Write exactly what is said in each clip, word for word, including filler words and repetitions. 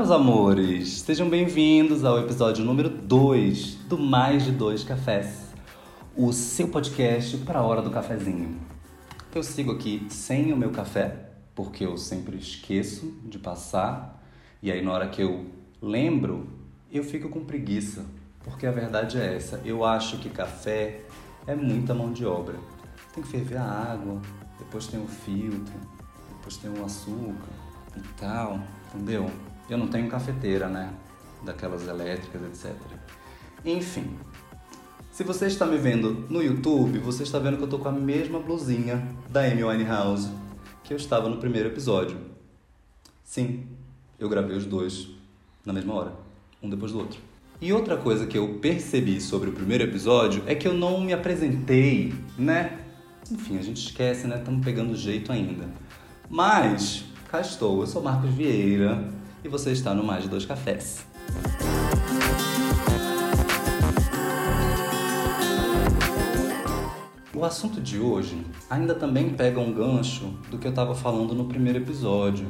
meus amores! Sejam bem-vindos ao episódio número dois do Mais de Dois Cafés, o seu podcast para a hora do cafezinho. Eu sigo aqui sem o meu café, porque eu sempre esqueço de passar, e aí na hora que eu lembro, eu fico com preguiça, porque a verdade é essa, eu acho que café é muita mão de obra. Tem que ferver a água, depois tem o filtro, depois tem o açúcar e tal, entendeu? Eu não tenho cafeteira, né? Daquelas elétricas, etcétera. Enfim, se você está me vendo no YouTube, você está vendo que eu tô com a mesma blusinha da Amy Winehouse que eu estava no primeiro episódio. Sim, eu gravei os dois na mesma hora, um depois do outro. E outra coisa que eu percebi sobre o primeiro episódio é que eu não me apresentei, né? Enfim, a gente esquece, né? Estamos pegando jeito ainda. Mas cá estou, eu sou Marcos Vieira e você está no Mais de Dois Cafés. O assunto de hoje ainda também pega um gancho do que eu estava falando no primeiro episódio,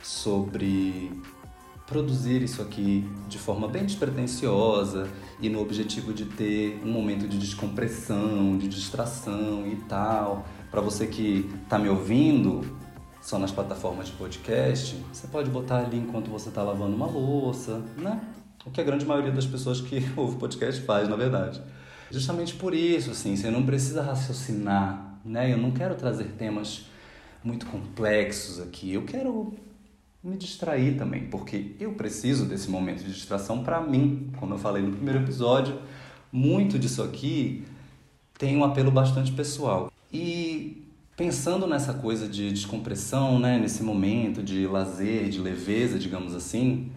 sobre produzir isso aqui de forma bem despretensiosa e no objetivo de ter um momento de descompressão, de distração e tal. Para você que está me ouvindo só nas plataformas de podcast, você pode botar ali enquanto você está lavando uma louça, né? O que a grande maioria das pessoas que ouve podcast faz, na verdade. Justamente por isso, assim, você não precisa raciocinar, né? Eu não quero trazer temas muito complexos aqui, eu quero me distrair também, porque eu preciso desse momento de distração para mim. Como eu falei no primeiro episódio, muito disso aqui tem um apelo bastante pessoal. E pensando nessa coisa de descompressão, né, nesse momento de lazer, de leveza, digamos assim,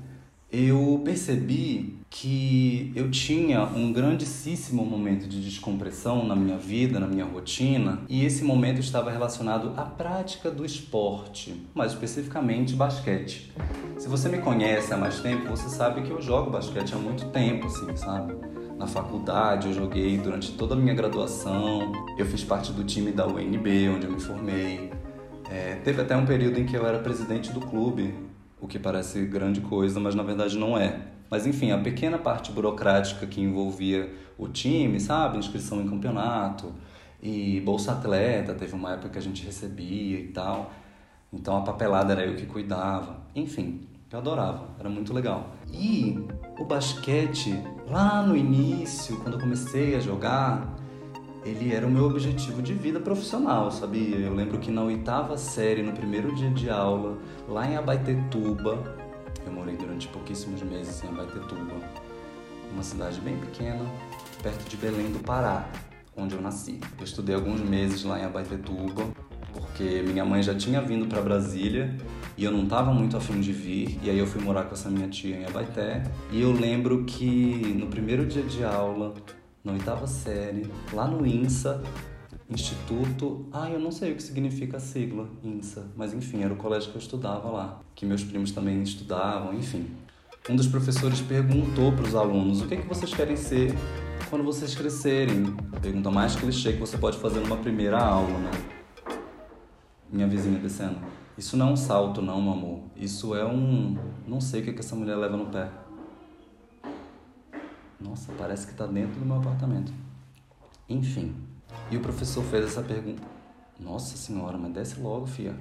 eu percebi que eu tinha um grandíssimo momento de descompressão na minha vida, na minha rotina, e esse momento estava relacionado à prática do esporte, mais especificamente basquete. Se você me conhece há mais tempo, você sabe que eu jogo basquete há muito tempo, assim, sabe? Na faculdade eu joguei durante toda a minha graduação, eu fiz parte do time da U N B, onde eu me formei. É, teve até um período em que eu era presidente do clube, o que parece grande coisa, mas na verdade não é. Mas enfim, a pequena parte burocrática que envolvia o time, sabe? Inscrição em campeonato e Bolsa Atleta, teve uma época que a gente recebia e tal. Então a papelada era eu que cuidava. Enfim, eu adorava, era muito legal. E o basquete, lá no início, quando eu comecei a jogar, ele era o meu objetivo de vida profissional, sabia? Eu lembro que na oitava série, no primeiro dia de aula, lá em Abaetetuba, eu morei durante pouquíssimos meses em Abaetetuba, uma cidade bem pequena, perto de Belém do Pará, onde eu nasci. Eu estudei alguns meses lá em Abaetetuba, porque minha mãe já tinha vindo para Brasília e eu não estava muito afim de vir, e aí eu fui morar com essa minha tia em Abaeté. E eu lembro que no primeiro dia de aula, na oitava série, lá no INSA, Instituto... Ah, eu não sei o que significa a sigla, INSA, mas enfim, era o colégio que eu estudava lá, que meus primos também estudavam, enfim. Um dos professores perguntou para os alunos: o que é que vocês querem ser quando vocês crescerem? Pergunta mais clichê que você pode fazer numa primeira aula, né? Minha vizinha descendo. Isso não é um salto, não, meu amor. Isso é um... Não sei o que, é que essa mulher leva no pé. Nossa, parece que tá dentro do meu apartamento. Enfim. E o professor fez essa pergunta. Nossa senhora, mas desce logo, fia.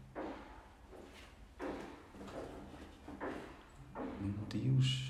Meu Deus.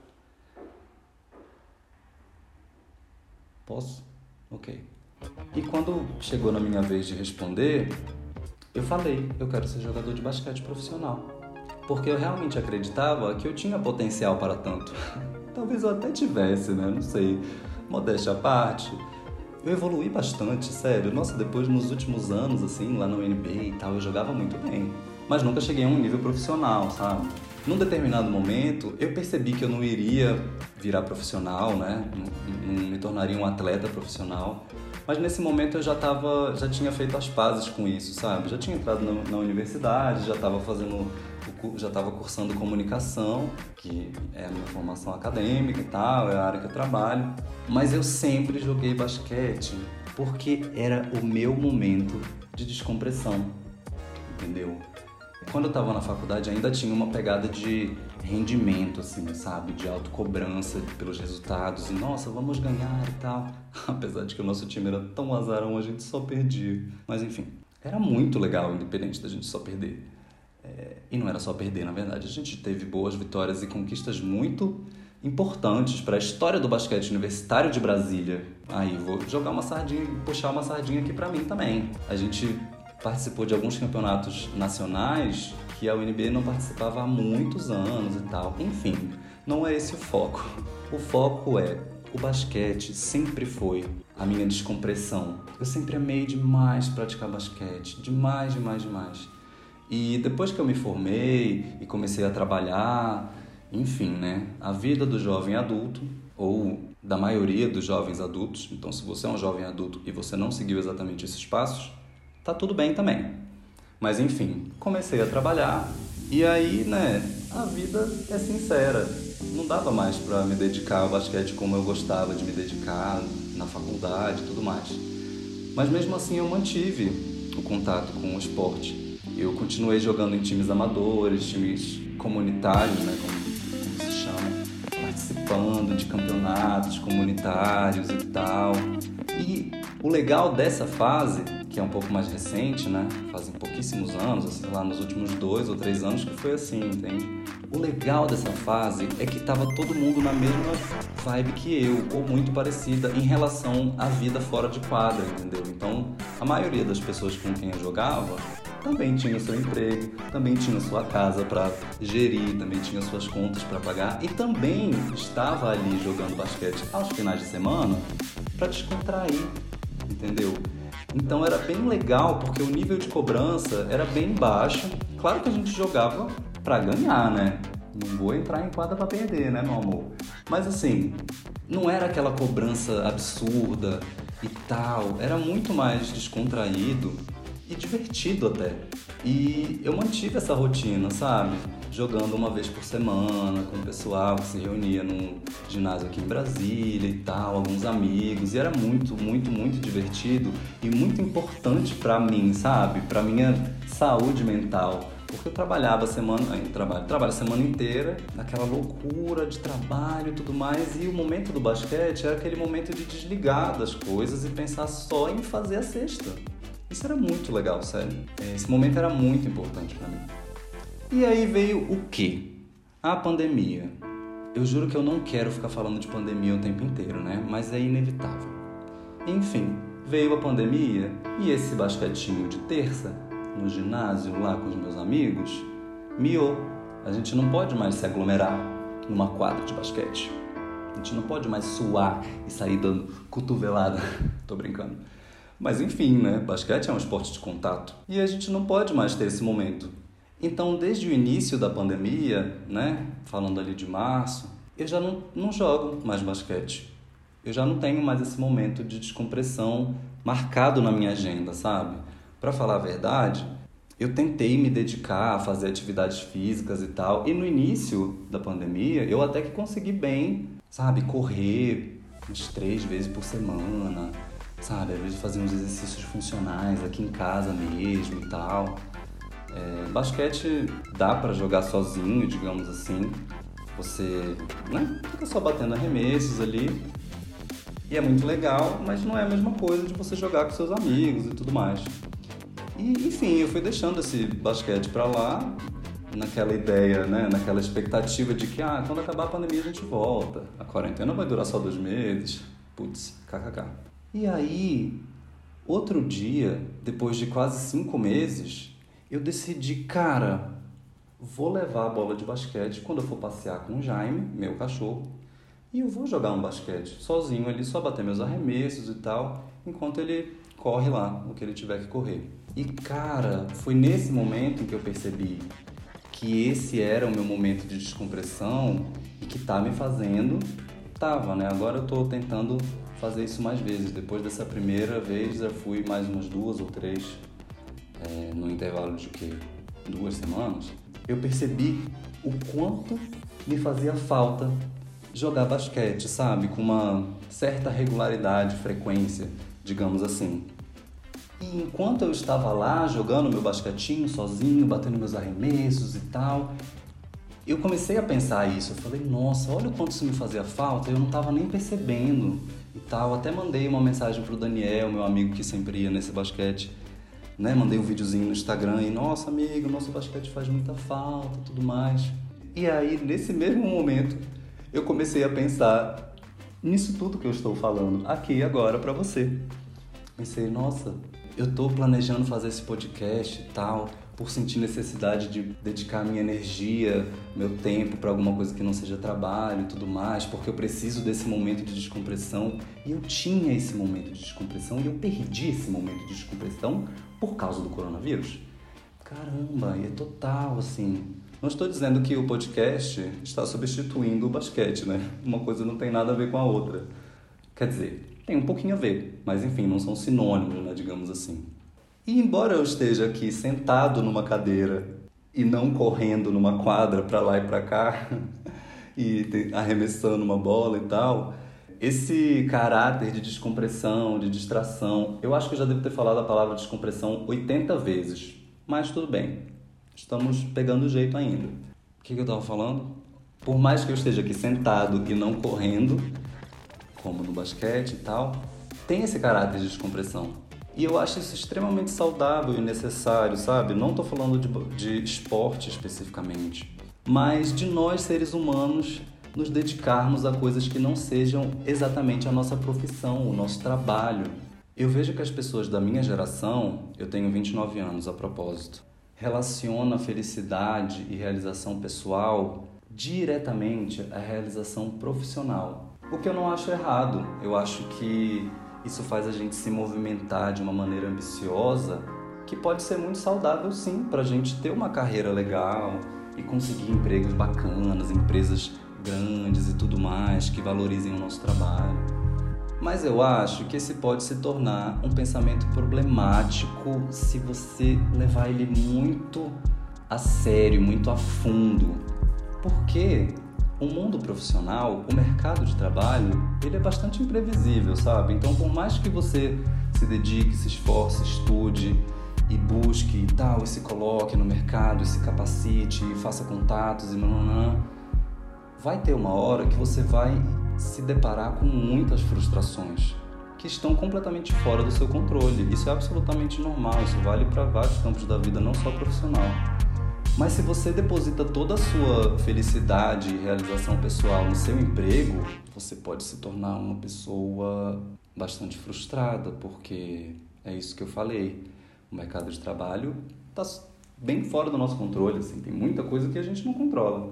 Posso? Ok. E quando chegou na minha vez de responder, eu falei, eu quero ser jogador de basquete profissional. Porque eu realmente acreditava que eu tinha potencial para tanto. Talvez eu até tivesse, né? Não sei. Modéstia à parte. Eu evoluí bastante, sério. Nossa, depois, nos últimos anos, assim, lá na U N B e tal, eu jogava muito bem. Mas nunca cheguei a um nível profissional, sabe? Num determinado momento, eu percebi que eu não iria virar profissional, né? Não, não me tornaria um atleta profissional. Mas nesse momento eu já tava, já tinha feito as pazes com isso, sabe? Já tinha entrado na, na universidade, já estava fazendo... já estava cursando comunicação, que é a minha formação acadêmica e tal, é a área que eu trabalho. Mas eu sempre joguei basquete porque era o meu momento de descompressão, entendeu? Quando eu estava na faculdade ainda tinha uma pegada de rendimento, assim, sabe? De autocobrança pelos resultados. E, nossa, vamos ganhar e tal. Apesar de que o nosso time era tão azarão, a gente só perdia. Mas, enfim, era muito legal, independente da gente só perder. É, e não era só perder, na verdade. A gente teve boas vitórias e conquistas muito importantes para a história do basquete universitário de Brasília. Aí, vou jogar uma sardinha, puxar uma sardinha aqui para mim também. A gente participou de alguns campeonatos nacionais que a U N B não participava há muitos anos e tal. Enfim, não é esse o foco. O foco é, o basquete sempre foi a minha descompressão. Eu sempre amei demais praticar basquete, demais, demais, demais. E depois que eu me formei e comecei a trabalhar, enfim, né, a vida do jovem adulto, ou da maioria dos jovens adultos, então se você é um jovem adulto e você não seguiu exatamente esses passos, tá tudo bem também. Mas enfim, comecei a trabalhar e aí, né, a vida é sincera. Não dava mais para me dedicar ao basquete como eu gostava de me dedicar na faculdade e tudo mais. Mas mesmo assim eu mantive o contato com o esporte. Eu continuei jogando em times amadores, times comunitários, né, como, como se chama, participando de campeonatos comunitários e tal. E o legal dessa fase, que é um pouco mais recente, né? Fazem pouquíssimos anos, sei lá, nos últimos dois ou três anos que foi assim, entende? O legal dessa fase é que tava todo mundo na mesma vibe que eu, ou muito parecida, em relação à vida fora de quadra, entendeu? Então, a maioria das pessoas com quem eu jogava também tinha seu emprego, também tinha sua casa para gerir, também tinha suas contas para pagar e também estava ali jogando basquete aos finais de semana para descontrair, entendeu? Então era bem legal porque o nível de cobrança era bem baixo. Claro que a gente jogava para ganhar, né? Não vou entrar em quadra para perder, né, meu amor? Mas assim, não era aquela cobrança absurda e tal. Era muito mais descontraído e divertido até. E eu mantive essa rotina, sabe? Jogando uma vez por semana com o pessoal que se reunia num ginásio aqui em Brasília e tal, alguns amigos. E era muito, muito, muito divertido e muito importante pra mim, sabe? Pra minha saúde mental. Porque eu trabalhava a semana, aí, trabalho, trabalho a semana inteira, naquela loucura de trabalho e tudo mais. E o momento do basquete era aquele momento de desligar das coisas e pensar só em fazer a cesta. Isso era muito legal, sério. Esse momento era muito importante pra mim. E aí veio o quê? A pandemia. Eu juro que eu não quero ficar falando de pandemia o tempo inteiro, né? Mas é inevitável. Enfim, veio a pandemia e esse basquetinho de terça, no ginásio lá com os meus amigos, miou. A gente não pode mais se aglomerar numa quadra de basquete. A gente não pode mais suar e sair dando cotovelada. Tô brincando. Mas enfim, né? Basquete é um esporte de contato. E a gente não pode mais ter esse momento. Então, desde o início da pandemia, né? Falando ali de março, eu já não, não jogo mais basquete. Eu já não tenho mais esse momento de descompressão marcado na minha agenda, sabe? Pra falar a verdade, eu tentei me dedicar a fazer atividades físicas e tal. E no início da pandemia, eu até que consegui bem, sabe? Correr umas três vezes por semana, sabe? Às vezes fazer uns exercícios funcionais aqui em casa mesmo e tal. É, basquete dá pra jogar sozinho, digamos assim. Você, né, fica só batendo arremessos ali. E é muito legal, mas não é a mesma coisa de você jogar com seus amigos e tudo mais. E, enfim, eu fui deixando esse basquete pra lá, naquela ideia, né, naquela expectativa de que, ah, quando acabar a pandemia a gente volta. A quarentena vai durar só dois meses. Putz, kkk. E aí, outro dia, depois de quase cinco meses, eu decidi, cara, vou levar a bola de basquete quando eu for passear com o Jaime, meu cachorro, e eu vou jogar um basquete sozinho ali, só bater meus arremessos e tal, enquanto ele corre lá, o que ele tiver que correr. E, cara, foi nesse momento que eu percebi que esse era o meu momento de descompressão e que tá me fazendo... Tava, né? Agora eu tô tentando fazer isso mais vezes. Depois dessa primeira vez, eu fui mais umas duas ou três, é, no intervalo de o quê? Duas semanas. Eu percebi o quanto me fazia falta jogar basquete, sabe? Com uma certa regularidade, frequência, digamos assim. E enquanto eu estava lá jogando meu basquetinho sozinho, batendo meus arremessos e tal, eu comecei a pensar isso, eu falei, nossa, olha o quanto isso me fazia falta, eu não tava nem percebendo e tal. Até mandei uma mensagem pro Daniel, meu amigo que sempre ia nesse basquete, né? Mandei um videozinho no Instagram e, nossa, amigo, nosso basquete faz muita falta e tudo mais. E aí, nesse mesmo momento, eu comecei a pensar nisso tudo que eu estou falando aqui e agora pra você. Pensei, nossa, eu tô planejando fazer esse podcast e tal, por sentir necessidade de dedicar minha energia, meu tempo para alguma coisa que não seja trabalho e tudo mais, porque eu preciso desse momento de descompressão. E eu tinha esse momento de descompressão e eu perdi esse momento de descompressão por causa do coronavírus. Caramba, e é total, assim... Não estou dizendo que o podcast está substituindo o basquete, né? Uma coisa não tem nada a ver com a outra. Quer dizer, tem um pouquinho a ver, mas enfim, não são sinônimos, né, digamos assim. E embora eu esteja aqui sentado numa cadeira e não correndo numa quadra para lá e para cá e arremessando uma bola e tal, esse caráter de descompressão, de distração, eu acho que eu já devo ter falado a palavra descompressão oitenta vezes, mas tudo bem, estamos pegando o jeito ainda. O que, que eu estava falando? Por mais que eu esteja aqui sentado e não correndo, como no basquete e tal, tem esse caráter de descompressão. E eu acho isso extremamente saudável e necessário, sabe? Não tô falando de, de esporte especificamente, mas de nós, seres humanos, nos dedicarmos a coisas que não sejam exatamente a nossa profissão, o nosso trabalho. Eu vejo que as pessoas da minha geração, eu tenho vinte e nove anos a propósito, relacionam a felicidade e realização pessoal diretamente à realização profissional. O que eu não acho errado, eu acho que isso faz a gente se movimentar de uma maneira ambiciosa, que pode ser muito saudável sim, para a gente ter uma carreira legal e conseguir empregos bacanas, empresas grandes e tudo mais, que valorizem o nosso trabalho. Mas eu acho que esse pode se tornar um pensamento problemático se você levar ele muito a sério, muito a fundo. Porque o mundo profissional, o mercado de trabalho, ele é bastante imprevisível, sabe? Então, por mais que você se dedique, se esforce, estude e busque e tal, e se coloque no mercado, e se capacite, e faça contatos e nananã, vai ter uma hora que você vai se deparar com muitas frustrações que estão completamente fora do seu controle. Isso é absolutamente normal, isso vale para vários campos da vida, não só profissional. Mas se você deposita toda a sua felicidade e realização pessoal no seu emprego, você pode se tornar uma pessoa bastante frustrada, porque é isso que eu falei. O mercado de trabalho está bem fora do nosso controle, assim, tem muita coisa que a gente não controla.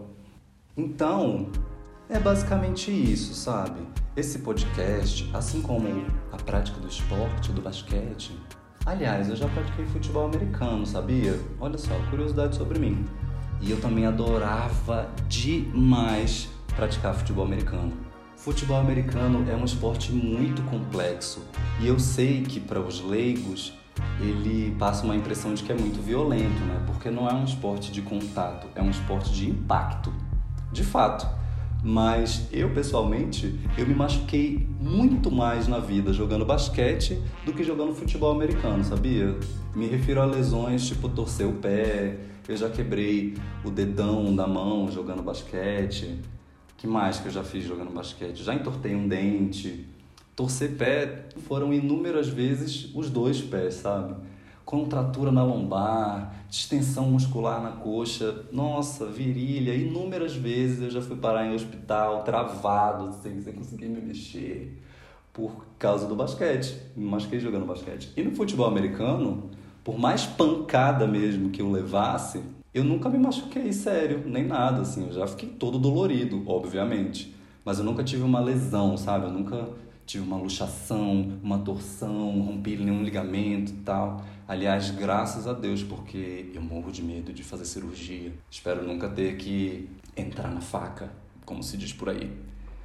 Então, é basicamente isso, sabe? Esse podcast, assim como a prática do esporte, do basquete... Aliás, eu já pratiquei futebol americano, sabia? Olha só, curiosidade sobre mim. E eu também adorava demais praticar futebol americano. Futebol americano é um esporte muito complexo. E eu sei que para os leigos, ele passa uma impressão de que é muito violento, né? Porque não é um esporte de contato, é um esporte de impacto. De fato. Mas eu, pessoalmente, eu me machuquei muito mais na vida jogando basquete do que jogando futebol americano, sabia? Me refiro a lesões tipo torcer o pé, eu já quebrei o dedão da mão jogando basquete. Que mais que eu já fiz jogando basquete? Já entortei um dente. Torcer pé foram inúmeras vezes os dois pés, sabe? Contratura na lombar, distensão muscular na coxa, nossa, virilha, inúmeras vezes eu já fui parar em hospital, travado, assim, sem conseguir me mexer, por causa do basquete, me machuquei jogando basquete. E no futebol americano, por mais pancada mesmo que eu levasse, eu nunca me machuquei, sério, nem nada, assim, eu já fiquei todo dolorido, obviamente, mas eu nunca tive uma lesão, sabe, eu nunca tive uma luxação, uma torção, rompi nenhum ligamento e tal. Aliás, graças a Deus, porque eu morro de medo de fazer cirurgia. Espero nunca ter que entrar na faca, como se diz por aí.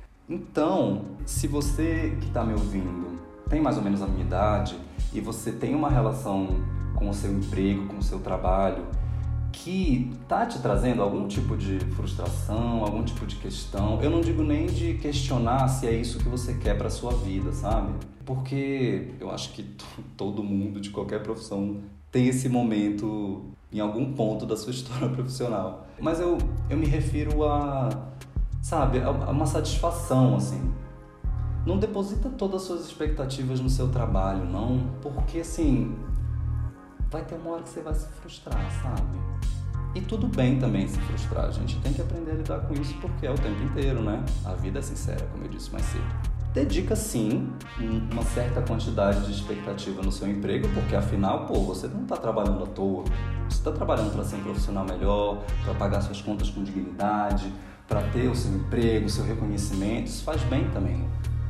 Então, se você que está me ouvindo tem mais ou menos a minha idade e você tem uma relação com o seu emprego, com o seu trabalho, que tá te trazendo algum tipo de frustração, algum tipo de questão, eu não digo nem de questionar se é isso que você quer para sua vida, sabe? Porque eu acho que t- todo mundo de qualquer profissão tem esse momento em algum ponto da sua história profissional. Mas eu, eu me refiro a, sabe, a, a uma satisfação, assim. Não deposita todas as suas expectativas no seu trabalho, não, porque, assim, vai ter uma hora que você vai se frustrar, sabe? E tudo bem também se frustrar, a gente tem que aprender a lidar com isso porque é o tempo inteiro, né? A vida é sincera, como eu disse mais cedo. Dedica, sim, uma certa quantidade de expectativa no seu emprego, porque afinal, pô, você não está trabalhando à toa. Você está trabalhando para ser um profissional melhor, para pagar suas contas com dignidade, para ter o seu emprego, o seu reconhecimento, isso faz bem também.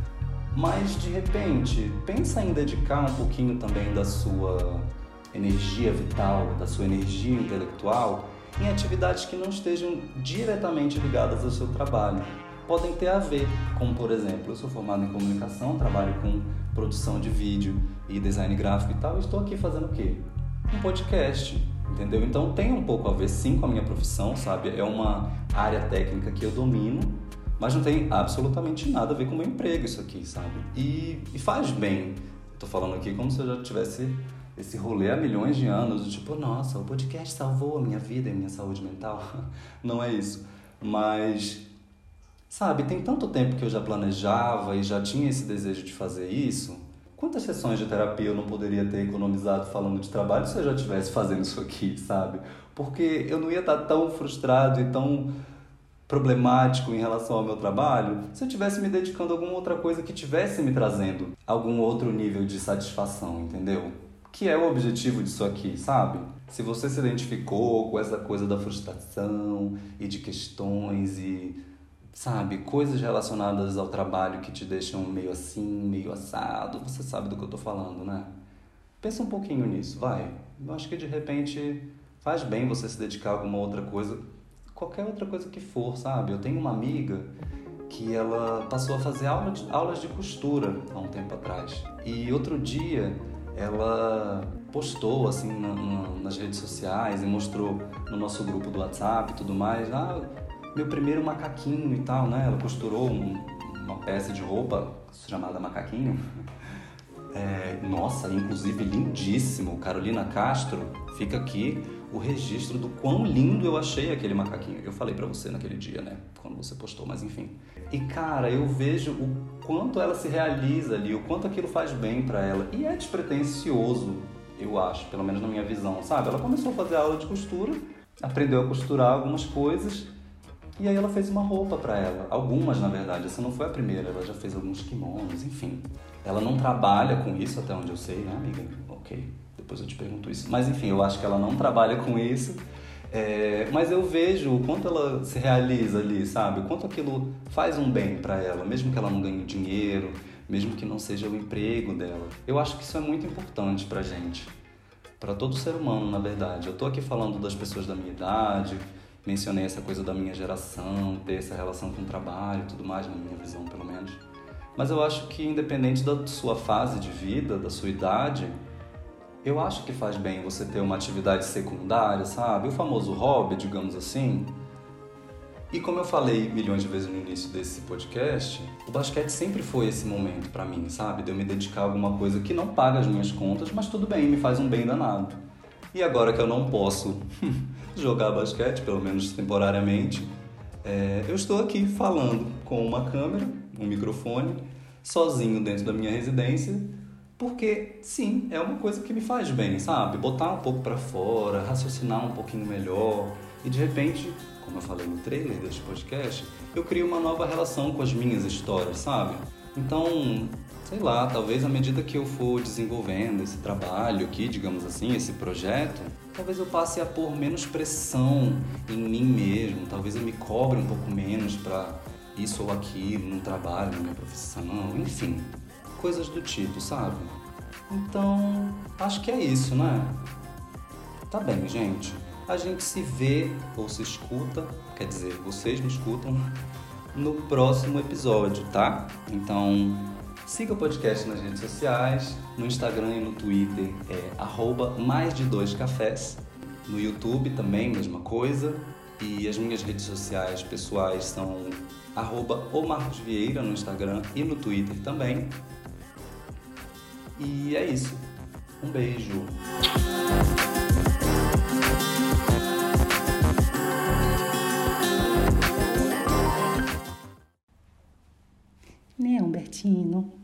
Mas, de repente, pensa em dedicar um pouquinho também da sua energia vital, da sua energia intelectual em atividades que não estejam diretamente ligadas ao seu trabalho. Podem ter a ver, como por exemplo, eu sou formado em comunicação, trabalho com produção de vídeo e design gráfico e tal, e estou aqui fazendo o quê? Um podcast, entendeu? Então tem um pouco a ver sim com a minha profissão, sabe? É uma área técnica que eu domino, mas não tem absolutamente nada a ver com o meu emprego isso aqui, sabe? E, e faz bem. Tô falando aqui como se eu já tivesse esse rolê há milhões de anos, tipo, nossa, o podcast salvou a minha vida e a minha saúde mental. Não é isso, mas... Sabe, tem tanto tempo que eu já planejava e já tinha esse desejo de fazer isso. Quantas sessões de terapia eu não poderia ter economizado falando de trabalho se eu já estivesse fazendo isso aqui, sabe? Porque eu não ia estar tão frustrado e tão problemático em relação ao meu trabalho se eu estivesse me dedicando a alguma outra coisa que estivesse me trazendo algum outro nível de satisfação, entendeu? Que é o objetivo disso aqui, sabe? Se você se identificou com essa coisa da frustração e de questões e... sabe, coisas relacionadas ao trabalho que te deixam meio assim, meio assado, você sabe do que eu tô falando, né? Pensa um pouquinho nisso, vai. Eu acho que de repente faz bem você se dedicar a alguma outra coisa, qualquer outra coisa que for, sabe? Eu tenho uma amiga que ela passou a fazer aula de, aulas de costura há um tempo atrás. E outro dia ela postou assim na, na, nas redes sociais e mostrou no nosso grupo do WhatsApp e tudo mais, ah, meu primeiro macaquinho e tal, né? Ela costurou um, uma peça de roupa chamada macaquinho. É, nossa, inclusive lindíssimo. Carolina Castro, fica aqui o registro do quão lindo eu achei aquele macaquinho. Eu falei pra você naquele dia, né? Quando você postou, mas enfim. E cara, eu vejo o quanto ela se realiza ali, o quanto aquilo faz bem pra ela. E é despretensioso, eu acho, pelo menos na minha visão, sabe? Ela começou a fazer aula de costura, aprendeu a costurar algumas coisas. E aí ela fez uma roupa pra ela, algumas na verdade, essa não foi a primeira, ela já fez alguns kimonos, enfim. Ela não trabalha com isso até onde eu sei, né, amiga? Ok, depois eu te pergunto isso. Mas enfim, eu acho que ela não trabalha com isso, é... mas eu vejo o quanto ela se realiza ali, sabe? O quanto aquilo faz um bem pra ela, mesmo que ela não ganhe dinheiro, mesmo que não seja o emprego dela. Eu acho que isso é muito importante pra gente, pra todo ser humano, na verdade. Eu tô aqui falando das pessoas da minha idade, mencionei essa coisa da minha geração, ter essa relação com o trabalho e tudo mais, na minha visão, pelo menos. Mas eu acho que, independente da sua fase de vida, da sua idade, eu acho que faz bem você ter uma atividade secundária, sabe? O famoso hobby, digamos assim. E como eu falei milhões de vezes no início desse podcast, o basquete sempre foi esse momento pra mim, sabe? De eu me dedicar a alguma coisa que não paga as minhas contas, mas tudo bem, me faz um bem danado. E agora que eu não posso jogar basquete, pelo menos temporariamente, é, eu estou aqui falando com uma câmera, um microfone, sozinho dentro da minha residência, porque, sim, é uma coisa que me faz bem, sabe? Botar um pouco pra fora, raciocinar um pouquinho melhor e, de repente, como eu falei no trailer deste podcast, eu crio uma nova relação com as minhas histórias, sabe? Então, sei lá, talvez à medida que eu for desenvolvendo esse trabalho aqui, digamos assim, esse projeto, talvez eu passe a pôr menos pressão em mim mesmo, talvez eu me cobre um pouco menos pra isso ou aquilo no trabalho, na minha profissão, enfim, coisas do tipo, sabe? Então, acho que é isso, né? Tá bem, gente. A gente se vê ou se escuta, quer dizer, vocês me escutam no próximo episódio, tá? Então, siga o podcast nas redes sociais, no Instagram e no Twitter é arroba mais de dois cafés, no YouTube também, mesma coisa, e as minhas redes sociais pessoais são arroba o Marcos Vieira no Instagram e no Twitter também. E é isso. Um beijo. né, Humbertino?